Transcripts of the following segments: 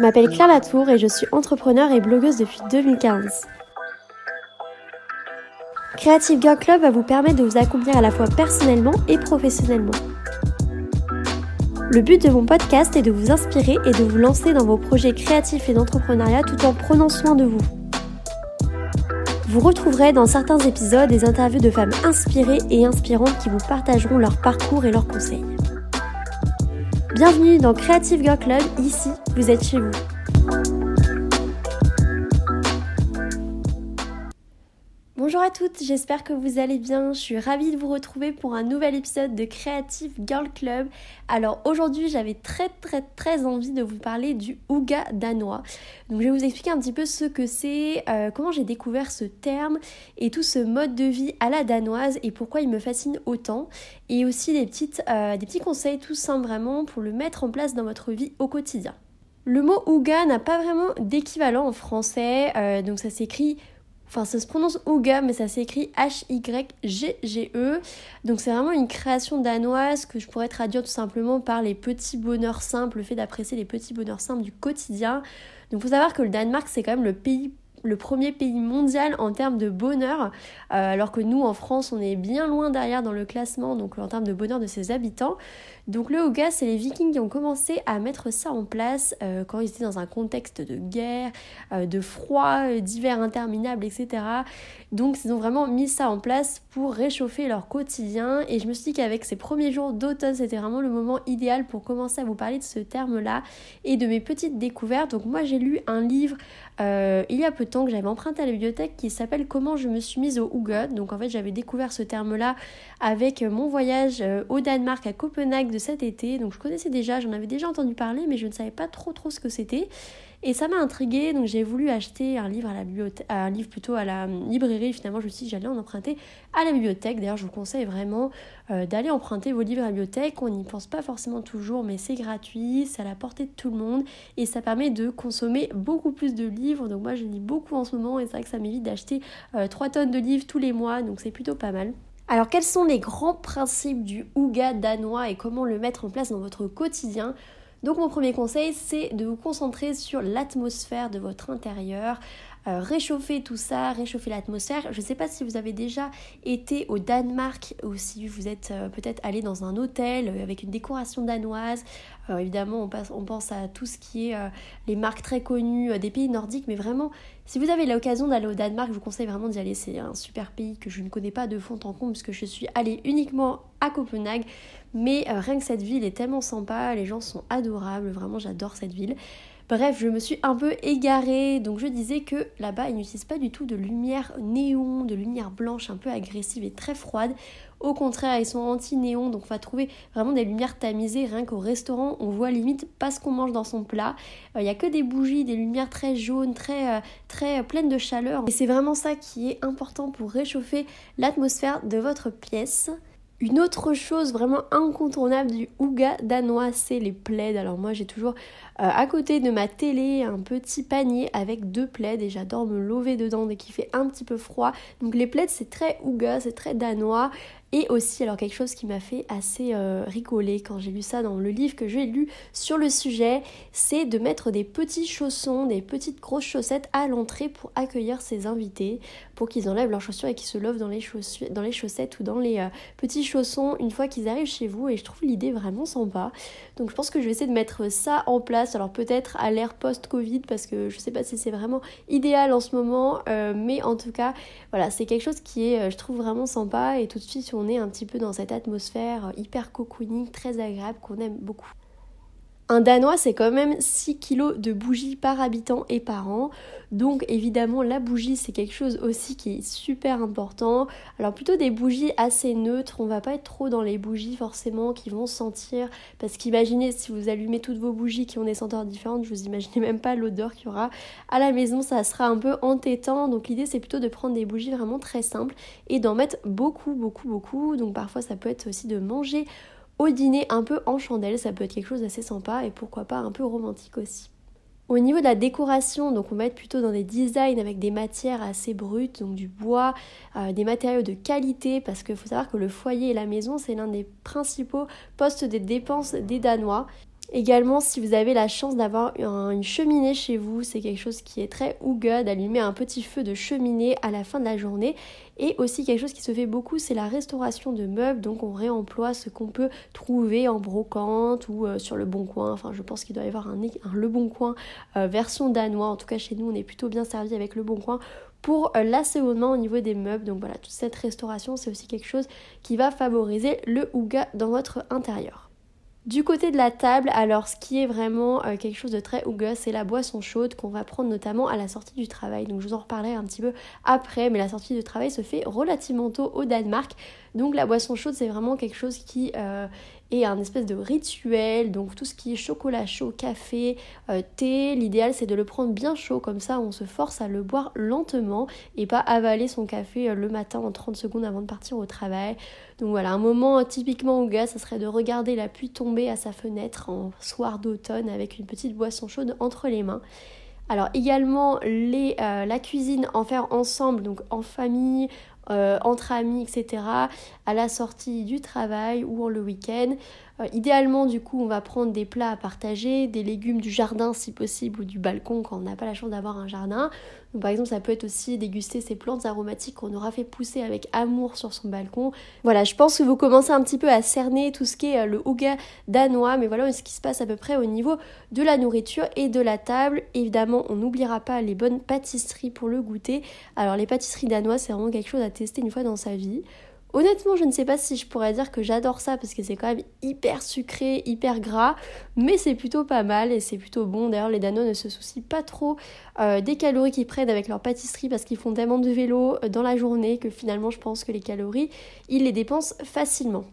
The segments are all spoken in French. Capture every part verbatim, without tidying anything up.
Je m'appelle Claire Latour et je suis entrepreneure et blogueuse depuis deux mille quinze. Creative Girl Club va vous permettre de vous accomplir à la fois personnellement et professionnellement. Le but de mon podcast est de vous inspirer et de vous lancer dans vos projets créatifs et d'entrepreneuriat tout en prenant soin de vous. Vous retrouverez dans certains épisodes des interviews de femmes inspirées et inspirantes qui vous partageront leur parcours et leurs conseils. Bienvenue dans Creative Girl Club, ici, vous êtes chez vous. Bonjour à toutes, j'espère que vous allez bien. Je suis ravie de vous retrouver pour un nouvel épisode de Creative Girl Club. Alors aujourd'hui, j'avais très très très envie de vous parler du hygge danois. Donc je vais vous expliquer un petit peu ce que c'est, euh, comment j'ai découvert ce terme et tout ce mode de vie à la danoise et pourquoi il me fascine autant. Et aussi des, petites, euh, des petits conseils tout simples vraiment pour le mettre en place dans votre vie au quotidien. Le mot hygge n'a pas vraiment d'équivalent en français, euh, donc ça s'écrit... Enfin, ça se prononce hygge, mais ça s'écrit H Y G G E. Donc, c'est vraiment une création danoise que je pourrais traduire tout simplement par les petits bonheurs simples, le fait d'apprécier les petits bonheurs simples du quotidien. Donc, il faut savoir que le Danemark, c'est quand même le pays le premier pays mondial en termes de bonheur, euh, alors que nous en France on est bien loin derrière dans le classement, donc en termes de bonheur de ses habitants. Donc le hygge, c'est les Vikings qui ont commencé à mettre ça en place euh, quand ils étaient dans un contexte de guerre, euh, de froid, euh, d'hiver interminable, et cetera. Donc ils ont vraiment mis ça en place pour réchauffer leur quotidien, et je me suis dit qu'avec ces premiers jours d'automne, c'était vraiment le moment idéal pour commencer à vous parler de ce terme-là et de mes petites découvertes. Donc moi j'ai lu un livre euh, il y a peu de temps que j'avais emprunté à la bibliothèque qui s'appelle Comment je me suis mise au hygge. Donc en fait j'avais découvert ce terme-là avec mon voyage au Danemark à Copenhague de cet été. Donc je connaissais déjà, j'en avais déjà entendu parler, mais je ne savais pas trop trop ce que c'était. Et ça m'a intriguée, donc j'ai voulu acheter un livre à la bibliothèque, un livre plutôt à la librairie. Finalement, je me suis dit que j'allais en emprunter à la bibliothèque. D'ailleurs, je vous conseille vraiment euh, d'aller emprunter vos livres à la bibliothèque. On n'y pense pas forcément toujours, mais c'est gratuit, c'est à la portée de tout le monde et ça permet de consommer beaucoup plus de livres. Donc moi, je lis beaucoup en ce moment et c'est vrai que ça m'évite d'acheter euh, trois tonnes de livres tous les mois, donc c'est plutôt pas mal. Alors, quels sont les grands principes du hygge danois et comment le mettre en place dans votre quotidien ? Donc mon premier conseil, c'est de vous concentrer sur l'atmosphère de votre intérieur, euh, réchauffer tout ça, réchauffer l'atmosphère. Je ne sais pas si vous avez déjà été au Danemark ou si vous êtes euh, peut-être allé dans un hôtel euh, avec une décoration danoise. Euh, évidemment, on, passe, on pense à tout ce qui est euh, les marques très connues euh, des pays nordiques, mais vraiment, si vous avez l'occasion d'aller au Danemark, je vous conseille vraiment d'y aller. C'est un super pays que je ne connais pas de fond en comble puisque je suis allée uniquement à Copenhague. Mais euh, rien que cette ville est tellement sympa, les gens sont adorables, vraiment j'adore cette ville. Bref, je me suis un peu égarée, donc je disais que là-bas, ils n'utilisent pas du tout de lumière néon, de lumière blanche un peu agressive et très froide. Au contraire, ils sont anti-néon, donc on va trouver vraiment des lumières tamisées. Rien qu'au restaurant, on voit limite pas ce qu'on mange dans son plat. Il euh, n'y a que des bougies, des lumières très jaunes, très, euh, très pleines de chaleur. Et c'est vraiment ça qui est important pour réchauffer l'atmosphère de votre pièce. Une autre chose vraiment incontournable du hygge danois, c'est les plaids. Alors moi j'ai toujours euh, à côté de ma télé un petit panier avec deux plaids et j'adore me lever dedans dès qu'il fait un petit peu froid. Donc les plaids c'est très hygge, c'est très danois. Et aussi, alors quelque chose qui m'a fait assez euh, rigoler quand j'ai lu ça dans le livre que j'ai lu sur le sujet, c'est de mettre des petits chaussons, des petites grosses chaussettes à l'entrée pour accueillir ses invités, pour qu'ils enlèvent leurs chaussures et qu'ils se lovent dans les, chaussu- dans les chaussettes ou dans les euh, petits chaussons une fois qu'ils arrivent chez vous. Et je trouve l'idée vraiment sympa. Donc je pense que je vais essayer de mettre ça en place, alors peut-être à l'ère post-Covid parce que je sais pas si c'est vraiment idéal en ce moment, euh, mais en tout cas, voilà, c'est quelque chose qui est, euh, je trouve vraiment sympa et tout de suite on est un petit peu dans cette atmosphère hyper cocooning, très agréable, qu'on aime beaucoup. Un Danois, c'est quand même six kilos de bougies par habitant et par an. Donc évidemment, la bougie, c'est quelque chose aussi qui est super important. Alors plutôt des bougies assez neutres. On va pas être trop dans les bougies forcément qui vont sentir. Parce qu'imaginez, si vous allumez toutes vos bougies qui ont des senteurs différentes, je vous imaginez même pas l'odeur qu'il y aura à la maison. Ça sera un peu entêtant. Donc l'idée, c'est plutôt de prendre des bougies vraiment très simples et d'en mettre beaucoup, beaucoup, beaucoup. Donc parfois, ça peut être aussi de manger au dîner un peu en chandelle, ça peut être quelque chose d'assez sympa et pourquoi pas un peu romantique aussi. Au niveau de la décoration, donc on va être plutôt dans des designs avec des matières assez brutes, donc du bois, euh, des matériaux de qualité, parce qu'il faut savoir que le foyer et la maison, c'est l'un des principaux postes de dépenses des Danois. Également, si vous avez la chance d'avoir une cheminée chez vous, c'est quelque chose qui est très hygge, d'allumer un petit feu de cheminée à la fin de la journée. Et aussi quelque chose qui se fait beaucoup, c'est la restauration de meubles. Donc on réemploie ce qu'on peut trouver en brocante ou euh, sur Le Bon Coin. Enfin, je pense qu'il doit y avoir un, un Le Bon Coin euh, version danois. En tout cas, chez nous, on est plutôt bien servi avec Le Bon Coin pour euh, l'assaisonnement au niveau des meubles. Donc voilà, toute cette restauration, c'est aussi quelque chose qui va favoriser le hygge dans votre intérieur. Du côté de la table, alors ce qui est vraiment euh, quelque chose de très hygge, c'est la boisson chaude qu'on va prendre notamment à la sortie du travail. Donc je vous en reparlerai un petit peu après, mais la sortie du travail se fait relativement tôt au Danemark. Donc la boisson chaude, c'est vraiment quelque chose qui euh, est un espèce de rituel. Donc tout ce qui est chocolat chaud, café, euh, thé, l'idéal c'est de le prendre bien chaud, comme ça on se force à le boire lentement et pas avaler son café euh, le matin en trente secondes avant de partir au travail. Donc voilà, un moment euh, typiquement hygge, ça serait de regarder la pluie tomber à sa fenêtre en soir d'automne avec une petite boisson chaude entre les mains. Alors également les, euh, la cuisine, en faire ensemble, donc en famille, euh, entre amis, et cetera, à la sortie du travail ou le week-end. Euh, idéalement, du coup, on va prendre des plats à partager, des légumes du jardin si possible ou du balcon quand on n'a pas la chance d'avoir un jardin. Donc, par exemple, ça peut être aussi déguster ces plantes aromatiques qu'on aura fait pousser avec amour sur son balcon. Voilà, je pense que vous commencez un petit peu à cerner tout ce qui est le hygge danois, mais voilà ce qui se passe à peu près au niveau de la nourriture et de la table. Évidemment, on n'oubliera pas les bonnes pâtisseries pour le goûter. Alors, les pâtisseries danoises, c'est vraiment quelque chose à tester une fois dans sa vie. Honnêtement, je ne sais pas si je pourrais dire que j'adore ça parce que c'est quand même hyper sucré, hyper gras, mais c'est plutôt pas mal et c'est plutôt bon. D'ailleurs, les Danois ne se soucient pas trop euh, des calories qu'ils prennent avec leur pâtisserie parce qu'ils font tellement de vélo dans la journée que finalement, je pense que les calories, ils les dépensent facilement.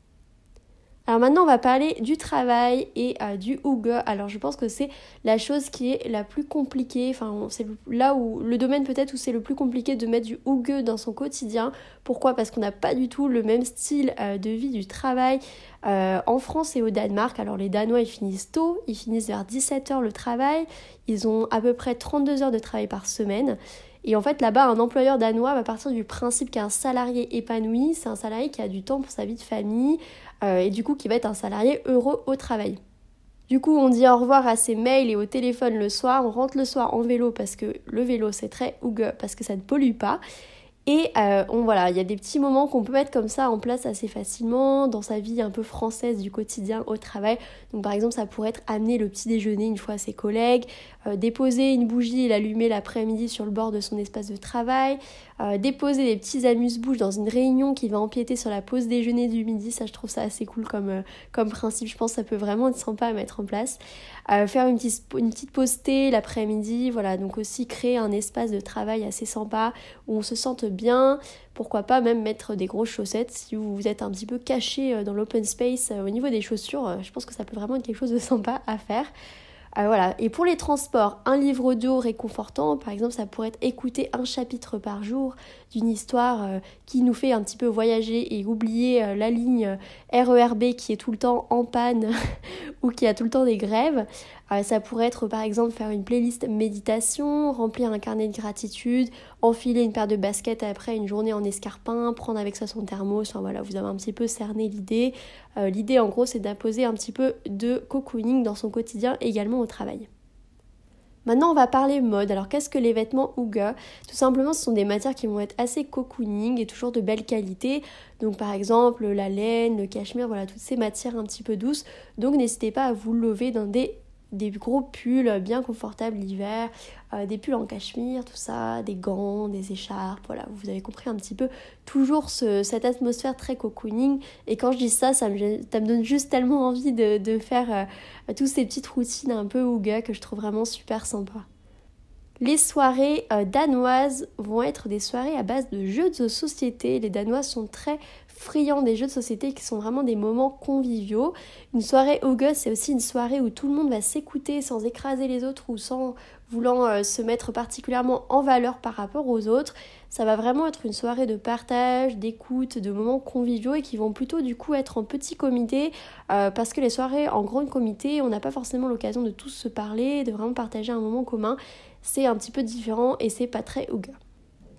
Alors maintenant, on va parler du travail et euh, du hygge. Alors je pense que c'est la chose qui est la plus compliquée, enfin c'est là où le domaine peut-être où c'est le plus compliqué de mettre du hygge dans son quotidien. Pourquoi ? Parce qu'on n'a pas du tout le même style euh, de vie du travail euh, en France et au Danemark. Alors les Danois, ils finissent tôt, ils finissent vers dix-sept heures le travail, ils ont à peu près trente-deux heures de travail par semaine. Et en fait, là-bas, un employeur danois va partir du principe qu'un salarié épanoui, c'est un salarié qui a du temps pour sa vie de famille euh, et du coup qui va être un salarié heureux au travail. Du coup, on dit au revoir à ses mails et au téléphone le soir, on rentre le soir en vélo parce que le vélo, c'est très hygge parce que ça ne pollue pas. Et euh, on, voilà, il y a des petits moments qu'on peut mettre comme ça en place assez facilement dans sa vie un peu française du quotidien au travail. Donc par exemple, ça pourrait être amener le petit déjeuner une fois à ses collègues, euh, déposer une bougie et l'allumer l'après-midi sur le bord de son espace de travail, euh, déposer des petits amuse-bouches dans une réunion qui va empiéter sur la pause déjeuner du midi. Ça, je trouve ça assez cool comme, euh, comme principe. Je pense que ça peut vraiment être sympa à mettre en place. Euh, faire une petite, une petite pause thé l'après-midi, voilà, donc aussi créer un espace de travail assez sympa où on se sente bien, pourquoi pas même mettre des grosses chaussettes si vous êtes un petit peu caché dans l'open space au niveau des chaussures, je pense que ça peut vraiment être quelque chose de sympa à faire. Euh, voilà. Et pour les transports, un livre audio réconfortant, par exemple, ça pourrait être écouter un chapitre par jour d'une histoire euh, qui nous fait un petit peu voyager et oublier euh, la ligne R E R B qui est tout le temps en panne ou qui a tout le temps des grèves. Euh, ça pourrait être par exemple faire une playlist méditation, remplir un carnet de gratitude, enfiler une paire de baskets après une journée en escarpin, prendre avec ça son thermos. Enfin voilà, vous avez un petit peu cerné l'idée. Euh, l'idée en gros c'est d'imposer un petit peu de cocooning dans son quotidien également au travail. Maintenant, on va parler mode. Alors, qu'est-ce que les vêtements hygge ? Tout simplement, ce sont des matières qui vont être assez cocooning et toujours de belle qualité. Donc, par exemple, la laine, le cachemire, voilà, toutes ces matières un petit peu douces. Donc, n'hésitez pas à vous lever dans des, des gros pulls bien confortables l'hiver, euh, des pulls en cachemire, tout ça, des gants, des écharpes, voilà, vous avez compris un petit peu. Toujours ce, cette atmosphère très cocooning. Et quand je dis ça, ça me, ça me donne juste tellement envie de, de faire euh, toutes ces petites routines un peu hygge que je trouve vraiment super sympa. Les soirées euh, danoises vont être des soirées à base de jeux de société. Les Danois sont très friands des jeux de société qui sont vraiment des moments conviviaux. Une soirée hygge, c'est aussi une soirée où tout le monde va s'écouter sans écraser les autres ou sans voulant euh, se mettre particulièrement en valeur par rapport aux autres. Ça va vraiment être une soirée de partage, d'écoute, de moments conviviaux et qui vont plutôt du coup être en petit comité euh, parce que les soirées en grand comité, on n'a pas forcément l'occasion de tous se parler, de vraiment partager un moment commun. C'est un petit peu différent et c'est pas très hygge.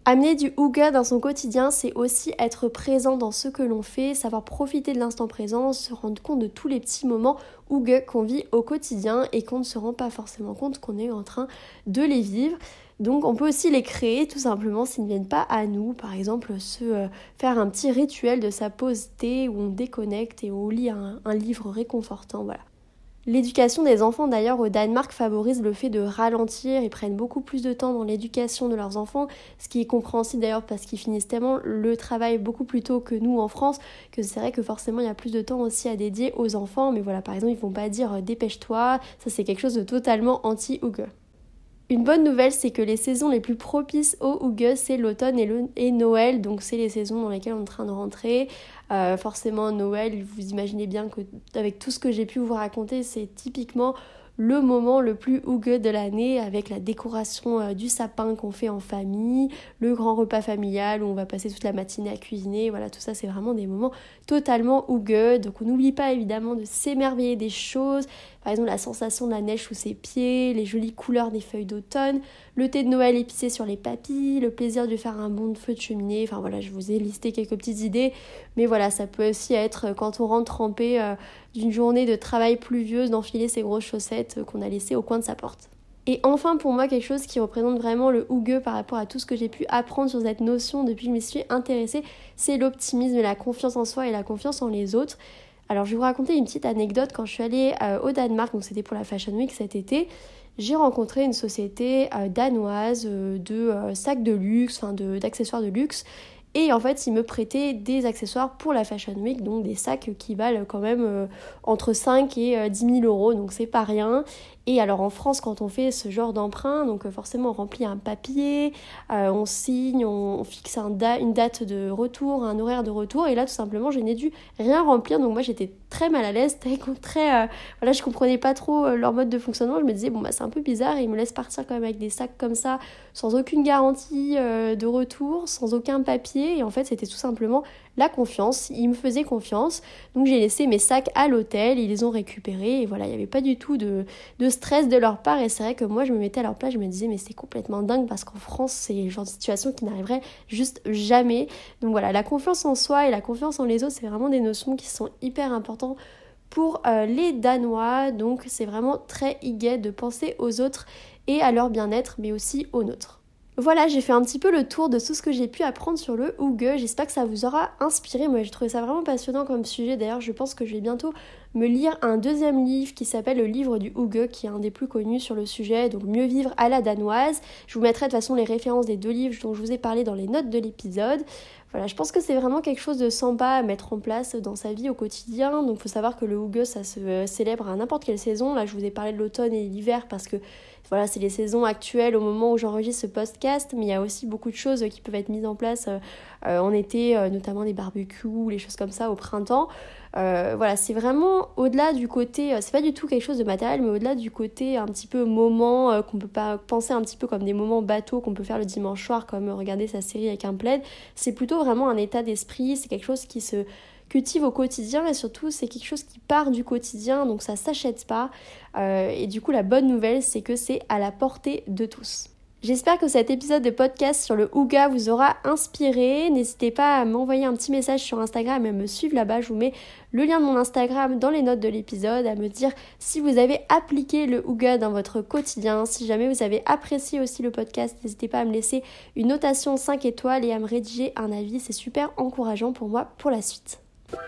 Amener du hygge dans son quotidien, c'est aussi être présent dans ce que l'on fait, savoir profiter de l'instant présent, se rendre compte de tous les petits moments hygge qu'on vit au quotidien et qu'on ne se rend pas forcément compte qu'on est en train de les vivre. Donc on peut aussi les créer tout simplement s'ils ne viennent pas à nous. Par exemple, se euh, faire un petit rituel de sa pause thé où on déconnecte et on lit un, un livre réconfortant, voilà. L'éducation des enfants d'ailleurs au Danemark favorise le fait de ralentir, ils prennent beaucoup plus de temps dans l'éducation de leurs enfants, ce qui est compréhensible d'ailleurs parce qu'ils finissent tellement le travail beaucoup plus tôt que nous en France, que c'est vrai que forcément il y a plus de temps aussi à dédier aux enfants, mais voilà, par exemple ils vont pas dire euh, dépêche-toi, ça c'est quelque chose de totalement anti-hygge. Une bonne nouvelle, c'est que les saisons les plus propices au hygge, c'est l'automne et, le, et Noël, donc c'est les saisons dans lesquelles on est en train de rentrer. Euh, forcément Noël, vous imaginez bien que avec tout ce que j'ai pu vous raconter, c'est typiquement le moment le plus hygge de l'année avec la décoration euh, du sapin qu'on fait en famille, le grand repas familial où on va passer toute la matinée à cuisiner, voilà, tout ça c'est vraiment des moments totalement hygge. Donc on n'oublie pas évidemment de s'émerveiller des choses, par exemple la sensation de la neige sous ses pieds, les jolies couleurs des feuilles d'automne, le thé de Noël épicé sur les papilles, le plaisir de faire un bon feu de cheminée, enfin voilà, je vous ai listé quelques petites idées, mais voilà, ça peut aussi être quand on rentre trempé euh, d'une journée de travail pluvieuse, d'enfiler ses grosses chaussettes qu'on a laissées au coin de sa porte. Et enfin pour moi quelque chose qui représente vraiment le hygge par rapport à tout ce que j'ai pu apprendre sur cette notion depuis que je m'y suis intéressée, c'est l'optimisme et la confiance en soi et la confiance en les autres. Alors je vais vous raconter une petite anecdote. Quand je suis allée euh, au Danemark, donc c'était pour la Fashion Week cet été, j'ai rencontré une société euh, danoise euh, de euh, sacs de luxe, enfin de, d'accessoires de luxe. Et en fait, ils me prêtaient des accessoires pour la Fashion Week, donc des sacs qui valent quand même euh, entre cinq et euh, dix mille euros, donc c'est pas rien. Et alors en France, quand on fait ce genre d'emprunt, donc euh, forcément on remplit un papier, euh, on signe, on, on fixe un da- une date de retour, un horaire de retour, et là tout simplement je n'ai dû rien remplir, donc moi j'étais très mal à l'aise, très, très euh, voilà, je comprenais pas trop euh, leur mode de fonctionnement, je me disais bon bah c'est un peu bizarre, et ils me laissent partir quand même avec des sacs comme ça, sans aucune garantie euh, de retour, sans aucun papier, et en fait c'était tout simplement la confiance, ils me faisaient confiance, donc j'ai laissé mes sacs à l'hôtel, ils les ont récupérés, et voilà, il n'y avait pas du tout de, de stress de leur part, et c'est vrai que moi je me mettais à leur place, je me disais mais c'est complètement dingue parce qu'en France c'est le genre de situation qui n'arriverait juste jamais. Donc voilà, la confiance en soi et la confiance en les autres, c'est vraiment des notions qui sont hyper importantes pour euh, les Danois, donc c'est vraiment très hygge de penser aux autres et à leur bien-être, mais aussi aux nôtres. Voilà, j'ai fait un petit peu le tour de tout ce que j'ai pu apprendre sur le hygge. J'espère que ça vous aura inspiré. Moi, j'ai trouvé ça vraiment passionnant comme sujet. D'ailleurs, je pense que je vais bientôt me lire un deuxième livre qui s'appelle Le livre du hygge, qui est un des plus connus sur le sujet, donc Mieux vivre à la danoise. Je vous mettrai de toute façon les références des deux livres dont je vous ai parlé dans les notes de l'épisode. Voilà, je pense que c'est vraiment quelque chose de sympa à mettre en place dans sa vie au quotidien. Donc, il faut savoir que le hygge, ça se célèbre à n'importe quelle saison. Là, je vous ai parlé de l'automne et de l'hiver parce que voilà, c'est les saisons actuelles au moment où j'enregistre ce podcast, mais il y a aussi beaucoup de choses qui peuvent être mises en place euh, en été, euh, notamment des barbecues, les choses comme ça au printemps. Euh, voilà, c'est vraiment au-delà du côté, euh, c'est pas du tout quelque chose de matériel, mais au-delà du côté un petit peu moment, euh, qu'on peut pas penser un petit peu comme des moments bateaux qu'on peut faire le dimanche soir, comme euh, regarder sa série avec un plaid. C'est plutôt vraiment un état d'esprit, c'est quelque chose qui se cultive au quotidien et surtout c'est quelque chose qui part du quotidien, donc ça s'achète pas. Euh, et du coup la bonne nouvelle c'est que c'est à la portée de tous. J'espère que cet épisode de podcast sur le hygge vous aura inspiré. N'hésitez pas à m'envoyer un petit message sur Instagram et à me suivre là-bas. Je vous mets le lien de mon Instagram dans les notes de l'épisode, à me dire si vous avez appliqué le hygge dans votre quotidien. Si jamais vous avez apprécié aussi le podcast, n'hésitez pas à me laisser une notation cinq étoiles et à me rédiger un avis. C'est super encourageant pour moi pour la suite.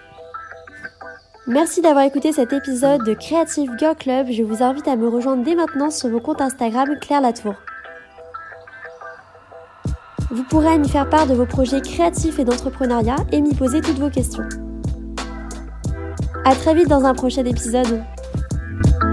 Merci d'avoir écouté cet épisode de Creative Girl Club. Je vous invite à me rejoindre dès maintenant sur mon compte Instagram Claire Latour. Vous pourrez m'y faire part de vos projets créatifs et d'entrepreneuriat et m'y poser toutes vos questions. À très vite dans un prochain épisode.